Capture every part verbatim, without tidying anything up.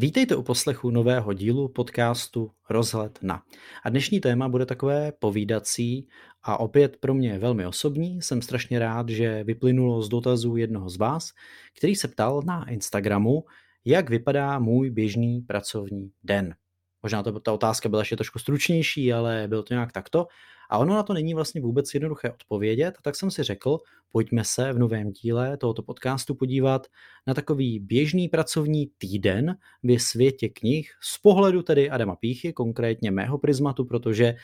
Vítejte u poslechu nového dílu podcastu Rozhled na. A dnešní téma bude takové povídací a opět pro mě velmi osobní. Jsem strašně rád, že vyplynulo z dotazů jednoho z vás, který se ptal na Instagramu, jak vypadá můj běžný pracovní den. Možná to, ta otázka byla ještě trošku stručnější, ale bylo to nějak takto. A ono na to není vlastně vůbec jednoduché odpovědět, tak jsem si řekl, pojďme se v novém díle tohoto podcastu podívat na takový běžný pracovní týden ve světě knih z pohledu tedy Adama Pýchy, konkrétně mého prismatu, protože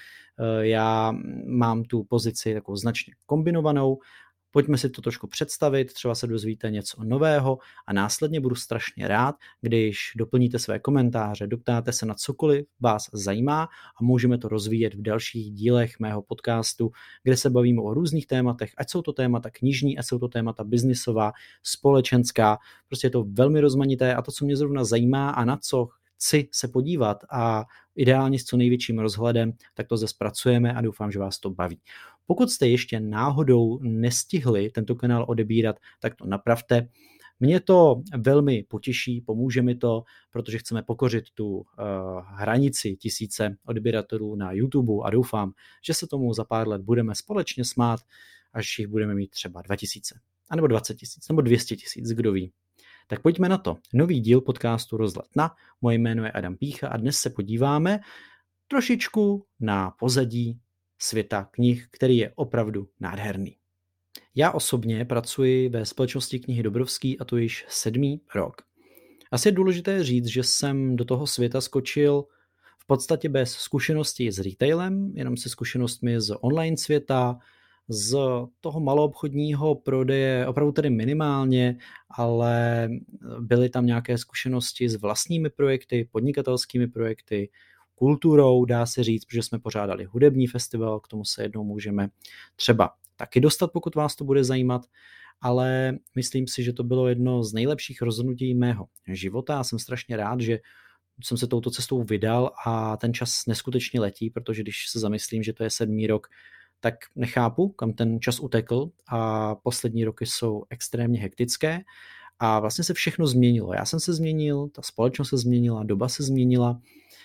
já mám tu pozici takovou značně kombinovanou. Pojďme si to trošku představit, třeba se dozvíte něco nového a následně budu strašně rád, když doplníte své komentáře, doptáte se na cokoliv vás zajímá a můžeme to rozvíjet v dalších dílech mého podcastu, kde se bavíme o různých tématech, ať jsou to témata knižní, ať jsou to témata biznisová, společenská, prostě je to velmi rozmanité a to, co mě zrovna zajímá a na co chci se podívat a ideálně s co největším rozhledem, tak to zase zpracujeme a doufám, že vás to baví. Pokud jste ještě náhodou nestihli tento kanál odebírat, tak to napravte. Mě to velmi potěší, pomůže mi to, protože chceme pokořit tu uh, hranici tisíce odběratelů na YouTube a doufám, že se tomu za pár let budeme společně smát, až jich budeme mít třeba dva tisíce, anebo dvacet tisíc, nebo dvě stě tisíc, kdo ví. Tak pojďme na to. Nový díl podcastu Rozhled na. Moje jméno je Adam Pýcha a dnes se podíváme trošičku na pozadí světa knih, který je opravdu nádherný. Já osobně pracuji ve společnosti knihy Dobrovský a to již sedmý rok. Asi je důležité říct, že jsem do toho světa skočil v podstatě bez zkušeností s retailem, jenom se zkušenostmi z online světa, z toho maloobchodního prodeje opravdu tedy minimálně, ale byly tam nějaké zkušenosti s vlastními projekty, podnikatelskými projekty, kulturou, dá se říct, protože jsme pořádali hudební festival, k tomu se jednou můžeme třeba taky dostat, pokud vás to bude zajímat, ale myslím si, že to bylo jedno z nejlepších rozhodnutí mého života a jsem strašně rád, že jsem se touto cestou vydal a ten čas neskutečně letí, protože když se zamyslím, že to je sedmý rok, tak nechápu, kam ten čas utekl a poslední roky jsou extrémně hektické a vlastně se všechno změnilo. Já jsem se změnil, ta společnost se změnila, doba se změnila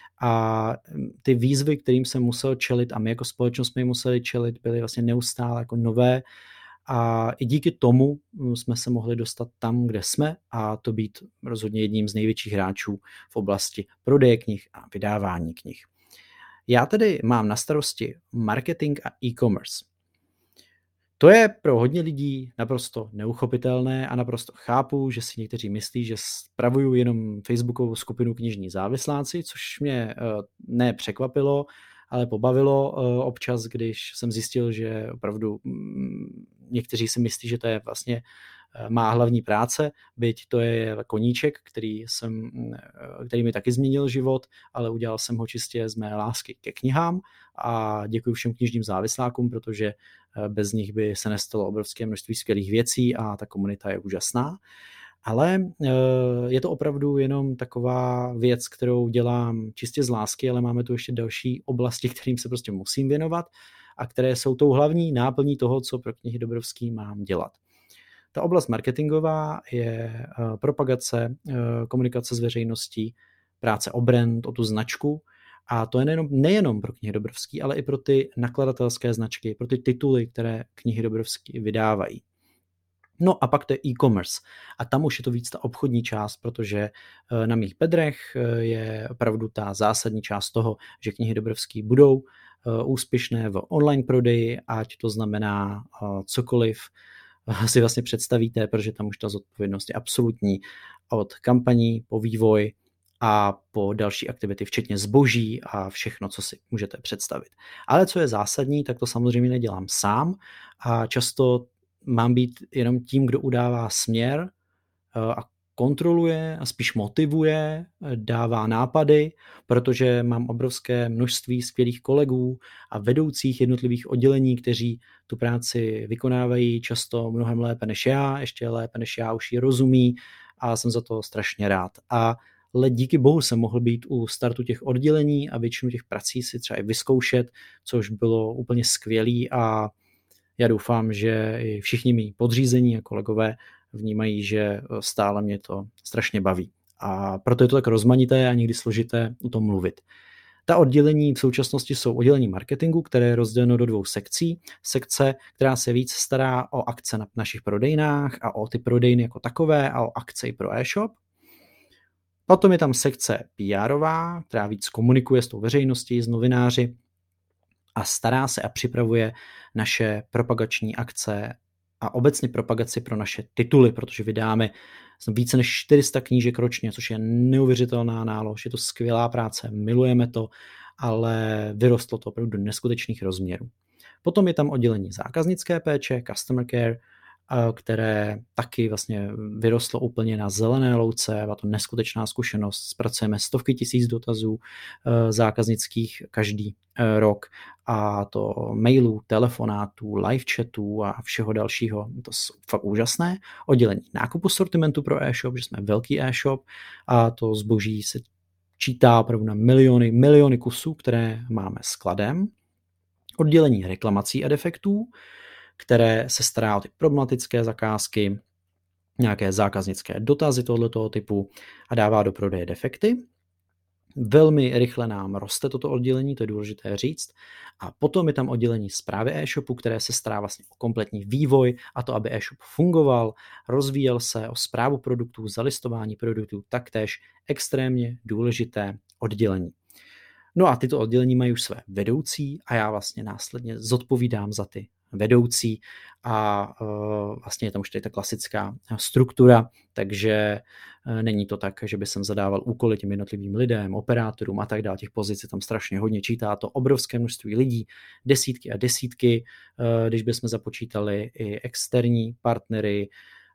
a ty výzvy, kterým jsem musel čelit a my jako společnost jsme museli čelit, byly vlastně neustále jako nové a i díky tomu jsme se mohli dostat tam, kde jsme a to být rozhodně jedním z největších hráčů v oblasti prodeje knih a vydávání knih. Já tedy mám na starosti marketing a e-commerce. To je pro hodně lidí naprosto neuchopitelné a naprosto chápu, že si někteří myslí, že spravuju jenom facebookovou skupinu Knižní závisláci, což mě ne překvapilo, ale pobavilo občas, když jsem zjistil, že opravdu někteří si myslí, že to je vlastně má hlavní práce, byť to je koníček, který, jsem, který mi taky změnil život, ale udělal jsem ho čistě z mé lásky ke knihám a děkuji všem knižním závislákům, protože bez nich by se nestalo obrovské množství skvělých věcí a ta komunita je úžasná. Ale je to opravdu jenom taková věc, kterou dělám čistě z lásky, ale máme tu ještě další oblasti, kterým se prostě musím věnovat a které jsou tou hlavní náplní toho, co pro knihy Dobrovský mám dělat. Ta oblast marketingová je propagace, komunikace s veřejností, práce o brand, o tu značku a to je nejenom, nejenom pro knihy Dobrovský, ale i pro ty nakladatelské značky, pro ty tituly, které knihy Dobrovský vydávají. No a pak to je e-commerce a tam už je to víc ta obchodní část, protože na mých bedrech je opravdu ta zásadní část toho, že knihy Dobrovský budou úspěšné v online prodeji, ať to znamená cokoliv, si vlastně představíte, protože tam už ta zodpovědnost je absolutní od kampaní po vývoj a po další aktivity, včetně zboží a všechno, co si můžete představit. Ale co je zásadní, tak to samozřejmě nedělám sám a často mám být jenom tím, kdo udává směr a kontroluje a spíš motivuje, dává nápady, protože mám obrovské množství skvělých kolegů a vedoucích jednotlivých oddělení, kteří tu práci vykonávají často mnohem lépe než já, ještě lépe než já už ji rozumí a jsem za to strašně rád. A ale díky bohu jsem mohl být u startu těch oddělení a většinu těch prací si třeba i vyzkoušet, což bylo úplně skvělý a já doufám, že i všichni mý podřízení a kolegové vnímají, že stále mě to strašně baví. a proto je to tak rozmanité a někdy složité o tom mluvit. Ta oddělení v současnosti jsou oddělení marketingu, které je rozděleno do dvou sekcí. Sekce, která se víc stará o akce na našich prodejnách a o ty prodejny jako takové a o akce i pro e-shop. Potom je tam sekce P R-ová, která víc komunikuje s tou veřejností, s novináři a stará se a připravuje naše propagační akce a obecně propagaci pro naše tituly, protože vydáme více než čtyři sta knížek ročně, což je neuvěřitelná nálož, je to skvělá práce, milujeme to, ale vyrostlo to opravdu do neskutečných rozměrů. Potom je tam oddělení zákaznické péče, customer care, které taky vlastně vyrostlo úplně na zelené louce, byla to neskutečná zkušenost, zpracujeme stovky tisíc dotazů zákaznických každý rok a to mailů, telefonátů, live chatů a všeho dalšího, to jsou fakt úžasné. Oddělení nákupu sortimentu pro e-shop, že jsme velký e-shop a to zboží se čítá opravdu na miliony, miliony kusů, které máme skladem. Oddělení reklamací a defektů, které se stará o ty problematické zakázky, nějaké zákaznické dotazy tohoto typu a dává do prodeje defekty. Velmi rychle nám roste toto oddělení, to je důležité říct. A potom je tam oddělení správy e-shopu, které se stará vlastně o kompletní vývoj a to, aby e-shop fungoval, rozvíjel se, o správu produktů, zalistování produktů, taktéž extrémně důležité oddělení. No a tyto oddělení mají už své vedoucí a já vlastně následně zodpovídám za ty vedoucí a uh, vlastně je tam už tady ta klasická struktura, takže uh, není to tak, že by jsem zadával úkoly těm jednotlivým lidem, operátorům a tak dále, těch pozic je tam strašně hodně, čítá to obrovské množství lidí, desítky a desítky, uh, když bychom započítali i externí partnery,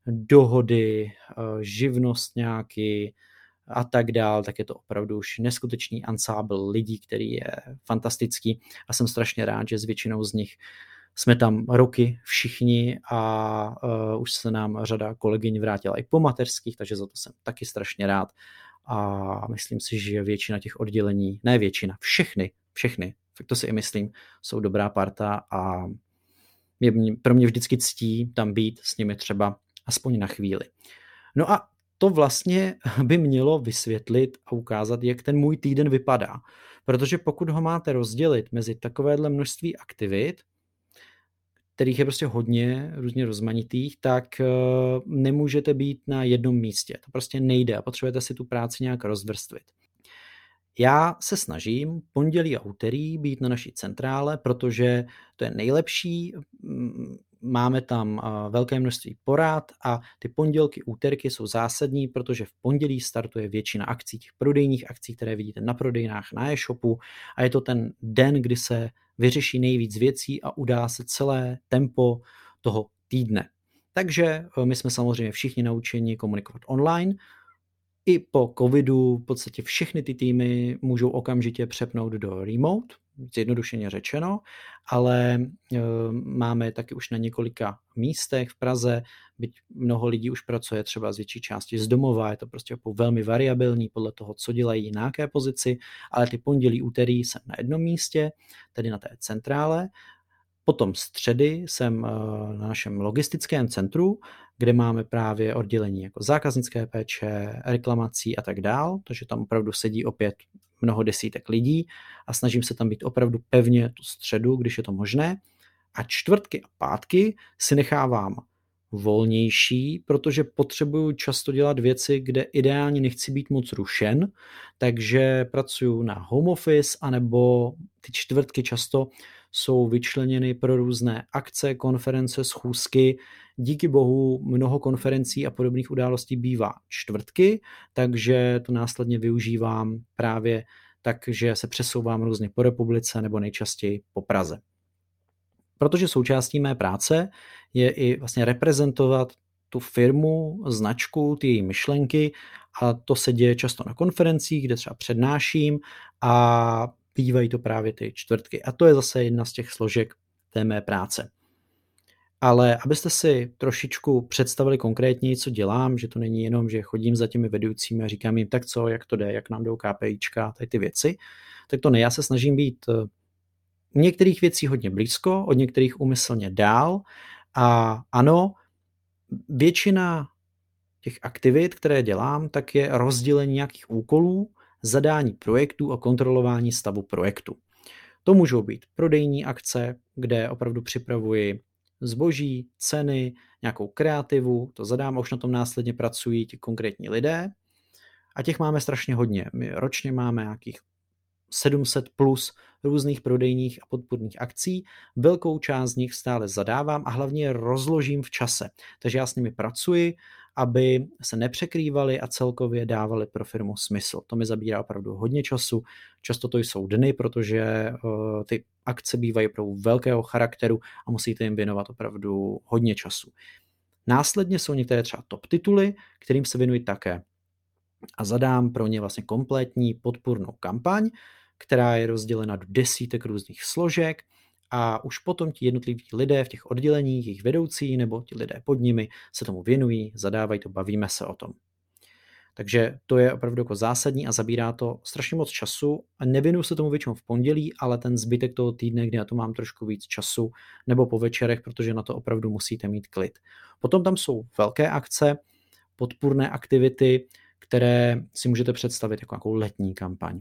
dohody, uh, živnostňáky a tak dál, tak je to opravdu už neskutečný ansábl lidí, který je fantastický a jsem strašně rád, že s většinou z nich jsme tam roky všichni a uh, už se nám řada kolegyň vrátila i po mateřských, takže za to jsem taky strašně rád a myslím si, že většina těch oddělení, ne většina, všechny, všechny, tak to si i myslím, jsou dobrá parta a je pro mě vždycky ctí tam být s nimi třeba aspoň na chvíli. No a to vlastně by mělo vysvětlit a ukázat, jak ten můj týden vypadá, protože pokud ho máte rozdělit mezi takovéhle množství aktivit, kterých je prostě hodně různě rozmanitých, tak uh, nemůžete být na jednom místě. To prostě nejde a potřebujete si tu práci nějak rozvrstvit. Já se snažím pondělí a úterý být na naší centrále, protože to je nejlepší, máme tam velké množství porad a ty pondělky, úterky jsou zásadní, protože v pondělí startuje většina akcí, těch prodejních akcí, které vidíte na prodejnách, na e-shopu a je to ten den, kdy se vyřeší nejvíc věcí a udá se celé tempo toho týdne. Takže my jsme samozřejmě všichni naučeni komunikovat online. I po covidu v podstatě všechny ty týmy můžou okamžitě přepnout do remote, zjednodušeně řečeno, ale e, máme taky už na několika místech v Praze, byť mnoho lidí už pracuje třeba z větší části z domova, je to prostě velmi variabilní podle toho, co dělají na jaké pozici, ale ty pondělí, úterý jsem na jednom místě, tedy na té centrále. Potom středy jsem na našem logistickém centru, kde máme právě oddělení jako zákaznické péče, reklamací a tak dál, takže tam opravdu sedí opět mnoho desítek lidí a snažím se tam být opravdu pevně tu středu, když je to možné. A čtvrtky a pátky si nechávám volnější, protože potřebuju často dělat věci, kde ideálně nechci být moc rušen, takže pracuju na home office, anebo ty čtvrtky často jsou vyčleněny pro různé akce, konference, schůzky. Díky bohu mnoho konferencí a podobných událostí bývá čtvrtky, takže to následně využívám právě tak, že se přesouvám různě po republice nebo nejčastěji po Praze. Protože součástí mé práce je i vlastně reprezentovat tu firmu, značku, ty její myšlenky a to se děje často na konferencích, kde třeba přednáším a bývají to právě ty čtvrtky. A to je zase jedna z těch složek té mé práce. Ale abyste si trošičku představili konkrétně, co dělám, že to není jenom, že chodím za těmi vedoucími a říkám jim, tak co, jak to jde, jak nám jdou KPIčka, tady ty věci, tak to ne, já se snažím být u některých věcí hodně blízko, od některých úmyslně dál a ano, většina těch aktivit, které dělám, tak je rozdělení nějakých úkolů, zadání projektů a kontrolování stavu projektu. To můžou být prodejní akce, kde opravdu připravuji zboží, ceny, nějakou kreativu, to zadám a už na tom následně pracují ti konkrétní lidé. A těch máme strašně hodně. My ročně máme nějakých sedm set plus různých prodejních a podpůrných akcí. Velkou část z nich stále zadávám a hlavně je rozložím v čase. Takže já s nimi pracuji, aby se nepřekrývaly a celkově dávaly pro firmu smysl. To mi zabírá opravdu hodně času. Často to jsou dny, protože uh, ty akce bývají opravdu velkého charakteru a musíte jim věnovat opravdu hodně času. Následně jsou některé třeba top tituly, kterým se věnuji také. A zadám pro ně vlastně kompletní podpůrnou kampaň, která je rozdělena do desítek různých složek a už potom ti jednotliví lidé v těch odděleních, jejich vedoucí nebo ti lidé pod nimi se tomu věnují, zadávají to, bavíme se o tom. Takže to je opravdu jako zásadní a zabírá to strašně moc času a nevěnuju se tomu většinou v pondělí, ale ten zbytek toho týdne, kdy na to mám trošku víc času, nebo po večerech, protože na to opravdu musíte mít klid. Potom tam jsou velké akce, podpůrné aktivity, které si můžete představit jako nějakou letní kampaň,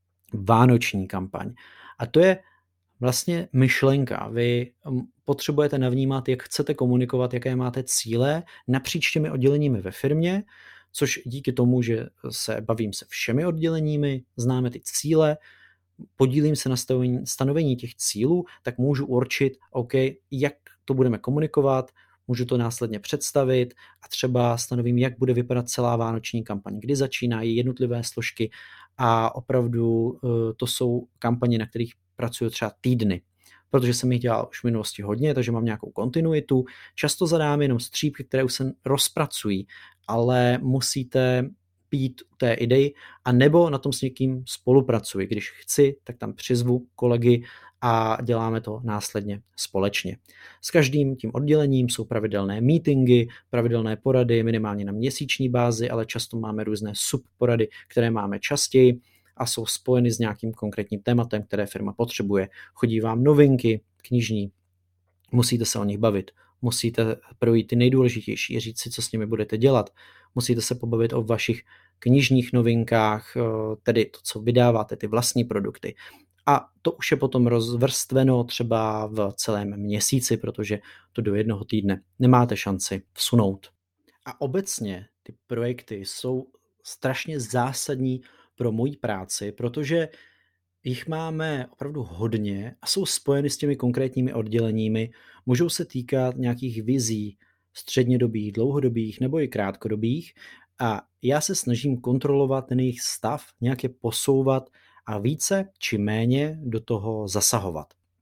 vánoční kampaň. A to je vlastně myšlenka. Vy potřebujete navnímat, jak chcete komunikovat, jaké máte cíle napříč těmi odděleními ve firmě, což díky tomu, že se bavím se všemi odděleními, známe ty cíle, podílím se na stanovení, stanovení těch cílů, tak můžu určit, OK, jak to budeme komunikovat, můžu to následně představit a třeba stanovím, jak bude vypadat celá vánoční kampaň, kdy začínají jednotlivé složky a opravdu to jsou kampaně, na kterých pracuji třeba týdny, protože jsem jich dělal už v minulosti hodně, takže mám nějakou kontinuitu. Často zadám jenom střípky, které už se rozpracují, ale musíte být u té idei a nebo na tom s někým spolupracuji. Když chci, tak tam přizvu kolegy a děláme to následně společně. S každým tím oddělením jsou pravidelné meetingy, pravidelné porady, minimálně na měsíční bázi, ale často máme různé subporady, které máme častěji a jsou spojeny s nějakým konkrétním tématem, které firma potřebuje. Chodí vám novinky knižní, musíte se o nich bavit, musíte projít ty nejdůležitější, říct si, co s nimi budete dělat, musíte se pobavit o vašich knižních novinkách, tedy to, co vydáváte, ty vlastní produkty. A to už je potom rozvrstveno třeba v celém měsíci, protože to do jednoho týdne nemáte šanci vsunout. A obecně ty projekty jsou strašně zásadní pro moji práci, protože jich máme opravdu hodně a jsou spojeny s těmi konkrétními odděleními, můžou se týkat nějakých vizí střednědobých, dlouhodobých nebo i krátkodobých a já se snažím kontrolovat ten jejich stav, nějak je posouvat a více či méně do toho zasahovat.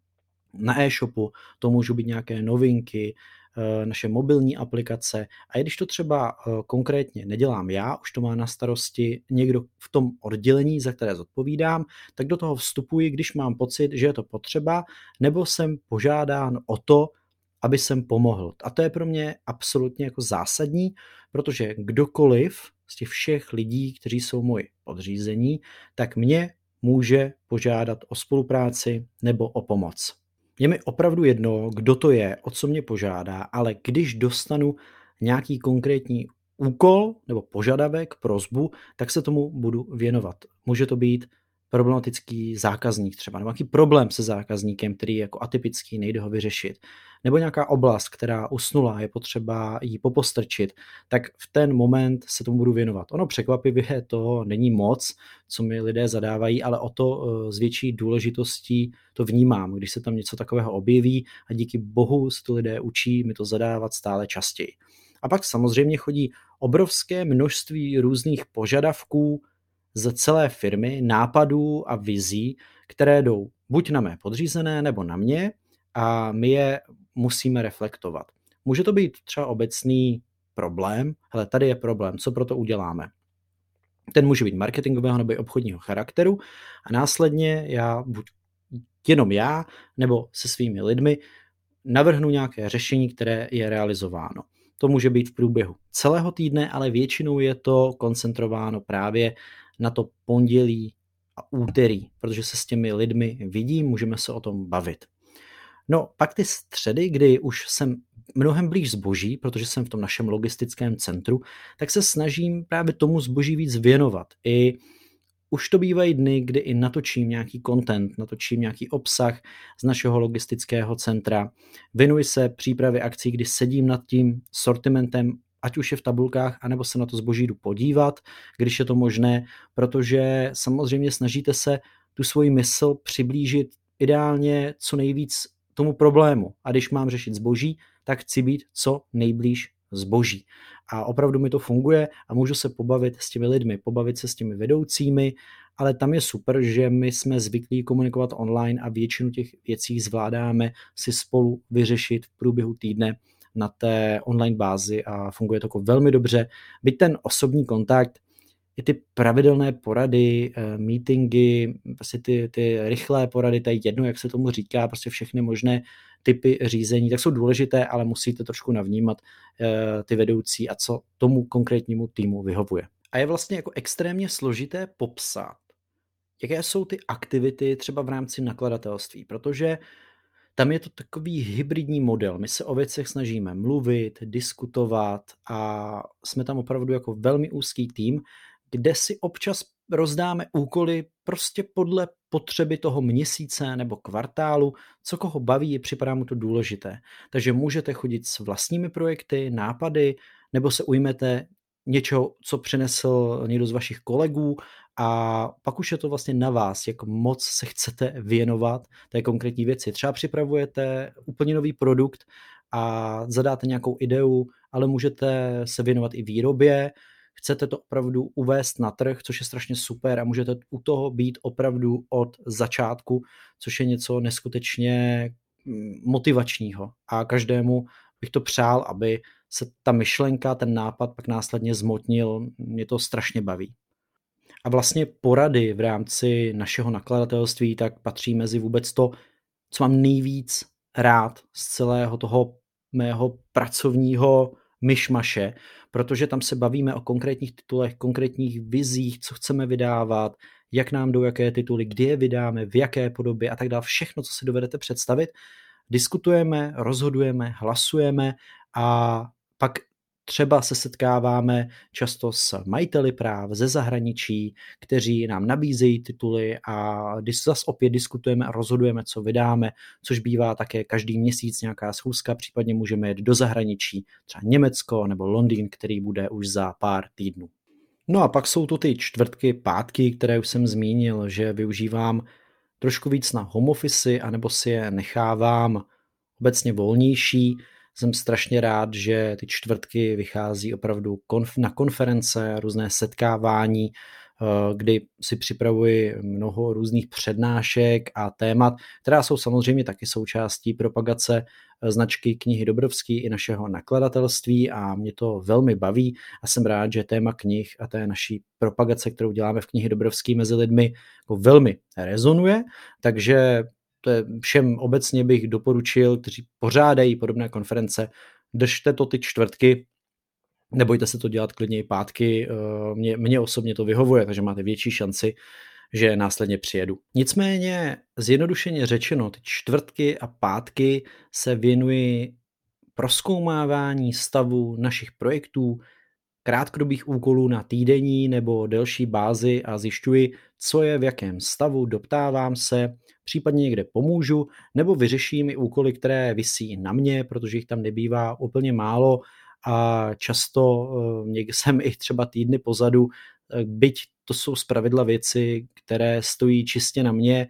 Na e-shopu to můžou být nějaké novinky, naše mobilní aplikace a i když to třeba konkrétně nedělám já, už to má na starosti někdo v tom oddělení, za které zodpovídám, tak do toho vstupuji, když mám pocit, že je to potřeba, nebo jsem požádán o to, aby jsem pomohl. A to je pro mě absolutně jako zásadní, protože kdokoliv z těch všech lidí, kteří jsou moji podřízení, tak mě může požádat o spolupráci nebo o pomoc. Je mi opravdu jedno, kdo to je, o co mě požádá, ale když dostanu nějaký konkrétní úkol nebo požadavek, prosbu, tak se tomu budu věnovat. Může to být problematický zákazník třeba, nebo nějaký problém se zákazníkem, který je jako atypický, nejde ho vyřešit, nebo nějaká oblast, která usnula, je potřeba ji popostrčit, tak v ten moment se tomu budu věnovat. Ono překvapivě to není moc, co mi lidé zadávají, ale o to s větší důležitostí to vnímám, když se tam něco takového objeví a díky bohu se to lidé učí mi to zadávat stále častěji. A pak samozřejmě chodí obrovské množství různých požadavků z celé firmy, nápadů a vizí, které jdou buď na mé podřízené nebo na mě a my je musíme reflektovat. Může to být třeba obecný problém, hele, tady je problém, co pro to uděláme. Ten může být marketingového nebo obchodního charakteru a následně já, buď jenom já, nebo se svými lidmi navrhnu nějaké řešení, které je realizováno. To může být v průběhu celého týdne, ale většinou je to koncentrováno právě na to pondělí a úterý, protože se s těmi lidmi vidím, můžeme se o tom bavit. No, pak ty středy, kdy už jsem mnohem blíž zboží, protože jsem v tom našem logistickém centru, tak se snažím právě tomu zboží víc věnovat. I už to bývají dny, kdy i natočím nějaký content, natočím nějaký obsah z našeho logistického centra. Věnuji se přípravě akcí, kdy sedím nad tím sortimentem, ať už je v tabulkách, anebo se na to zboží jdu podívat, když je to možné, protože samozřejmě snažíte se tu svoji mysl přiblížit ideálně co nejvíc tomu problému. A když mám řešit zboží, tak chci být co nejblíž zboží. A opravdu mi to funguje a můžu se pobavit s těmi lidmi, pobavit se s těmi vedoucími, ale tam je super, že my jsme zvyklí komunikovat online a většinu těch věcí zvládáme si spolu vyřešit v průběhu týdne na té online bázi a funguje to jako velmi dobře. Byť ten osobní kontakt, i ty pravidelné porady, meetingy, prostě ty, ty rychlé porady, to je jedno, jak se tomu říká, prostě všechny možné typy řízení, tak jsou důležité, ale musíte trošku navnímat ty vedoucí a co tomu konkrétnímu týmu vyhovuje. A je vlastně jako extrémně složité popsat, jaké jsou ty aktivity třeba v rámci nakladatelství, protože tam je to takový hybridní model. My se o věcech snažíme mluvit, diskutovat a jsme tam opravdu jako velmi úzký tým, kde si občas rozdáme úkoly prostě podle potřeby toho měsíce nebo kvartálu, co koho baví, připadá mu to důležité. Takže můžete chodit s vlastními projekty, nápady, nebo se ujmete něčeho, co přinesl někdo z vašich kolegů a pak už je to vlastně na vás, jak moc se chcete věnovat té konkrétní věci. Třeba připravujete úplně nový produkt a zadáte nějakou ideu, ale můžete se věnovat i výrobě, chcete to opravdu uvést na trh, což je strašně super a můžete u toho být opravdu od začátku, což je něco neskutečně motivačního a každému bych to přál, aby se ta myšlenka, ten nápad pak následně zmotnil, mě to strašně baví. A vlastně porady v rámci našeho nakladatelství tak patří mezi vůbec to, co mám nejvíc rád z celého toho mého pracovního myšmaše, protože tam se bavíme o konkrétních titulech, konkrétních vizích, co chceme vydávat, jak nám jdou jaké tituly, kdy je vydáme, v jaké podobě a tak dále. Všechno, co si dovedete představit, diskutujeme, rozhodujeme, hlasujeme a pak třeba se setkáváme často s majiteli práv ze zahraničí, kteří nám nabízejí tituly a zase opět diskutujeme a rozhodujeme, co vydáme, což bývá také každý měsíc nějaká schůzka, případně můžeme jet do zahraničí, třeba Německo nebo Londýn, který bude už za pár týdnů. No a pak jsou to ty čtvrtky, pátky, které už jsem zmínil, že využívám trošku víc na home office, anebo si je nechávám obecně volnější. Jsem strašně rád, že ty čtvrtky vychází opravdu konf- na konference, různé setkávání, kdy si připravuji mnoho různých přednášek a témat, která jsou samozřejmě taky součástí propagace značky Knihy Dobrovský i našeho nakladatelství a mě to velmi baví a jsem rád, že téma knih a té naší propagace, kterou děláme v Knihy Dobrovský mezi lidmi, jako velmi rezonuje, takže to je všem obecně bych doporučil, kteří pořádají podobné konference, držte to ty čtvrtky, nebojte se to dělat klidně i pátky, mně, mně osobně to vyhovuje, takže máte větší šanci, že následně přijedu. Nicméně zjednodušeně řečeno, ty čtvrtky a pátky se věnují prozkoumávání stavu našich projektů, krátkodobých úkolů na týdenní nebo delší bázi a zjišťuji, co je v jakém stavu, doptávám se, případně někde pomůžu, nebo vyřeším i úkoly, které visí na mě, protože jich tam nebývá úplně málo a často někde jsem i třeba týdny pozadu, byť to jsou zpravidla věci, které stojí čistě na mě,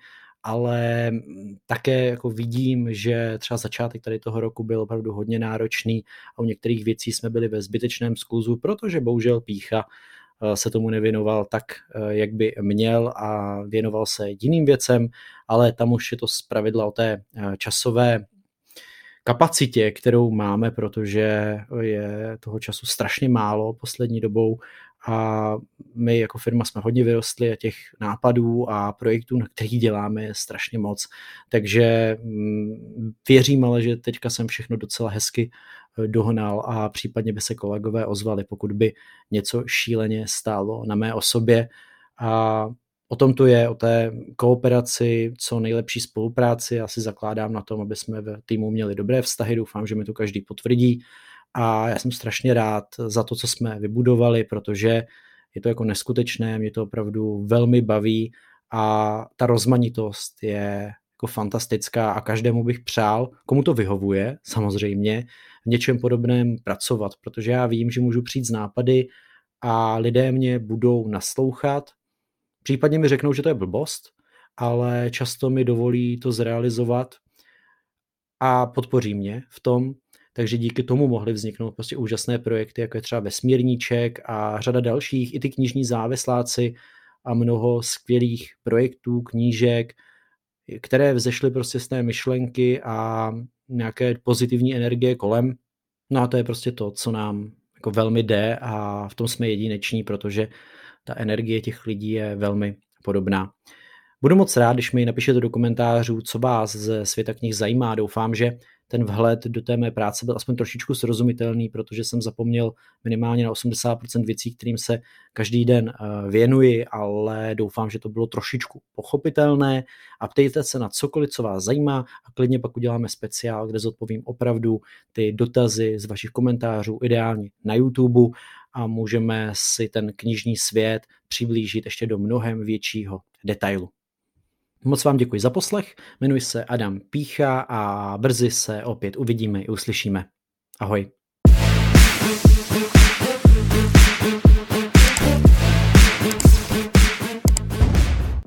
ale také jako vidím, že třeba začátek tady toho roku byl opravdu hodně náročný a u některých věcí jsme byli ve zbytečném skluzu, protože bohužel pýcha se tomu nevěnoval tak, jak by měl a věnoval se jiným věcem, ale tam už je to zpravidla o té časové kapacitě, kterou máme, protože je toho času strašně málo poslední dobou a my jako firma jsme hodně vyrostli a těch nápadů a projektů, na kterých děláme, je strašně moc. Takže věřím ale, že teďka jsem všechno docela hezky dohnal a případně by se kolegové ozvali, pokud by něco šíleně stálo na mé osobě. A O tom to je, o té kooperaci, co nejlepší spolupráci. Já si zakládám na tom, aby jsme v týmu měli dobré vztahy, doufám, že mi to každý potvrdí. A já jsem strašně rád za to, co jsme vybudovali, protože je to jako neskutečné, mě to opravdu velmi baví a ta rozmanitost je jako fantastická a každému bych přál, komu to vyhovuje, samozřejmě, v něčem podobném pracovat, protože já vím, že můžu přijít z nápady a lidé mě budou naslouchat, případně mi řeknou, že to je blbost, ale často mi dovolí to zrealizovat a podpoří mě v tom, takže díky tomu mohly vzniknout prostě úžasné projekty, jako je třeba Vesmírníček a řada dalších, i ty knižní závisláci a mnoho skvělých projektů, knížek, které vzešly prostě z té myšlenky a nějaké pozitivní energie kolem. No a to je prostě to, co nám jako velmi jde a v tom jsme jedineční, protože ta energie těch lidí je velmi podobná. Budu moc rád, když mi napíšete do komentářů, co vás ze světa knih zajímá. Doufám, že ten vhled do té mé práce byl aspoň trošičku srozumitelný, protože jsem zapomněl minimálně na osmdesát procent věcí, kterým se každý den věnuji, ale doufám, že to bylo trošičku pochopitelné. A ptejte se na cokoliv, co vás zajímá a klidně pak uděláme speciál, kde zodpovím opravdu ty dotazy z vašich komentářů, ideálně na YouTube, a můžeme si ten knižní svět přiblížit ještě do mnohem většího detailu. Moc vám děkuji za poslech, jmenuji se Adam Pícha a brzy se opět uvidíme i uslyšíme. Ahoj.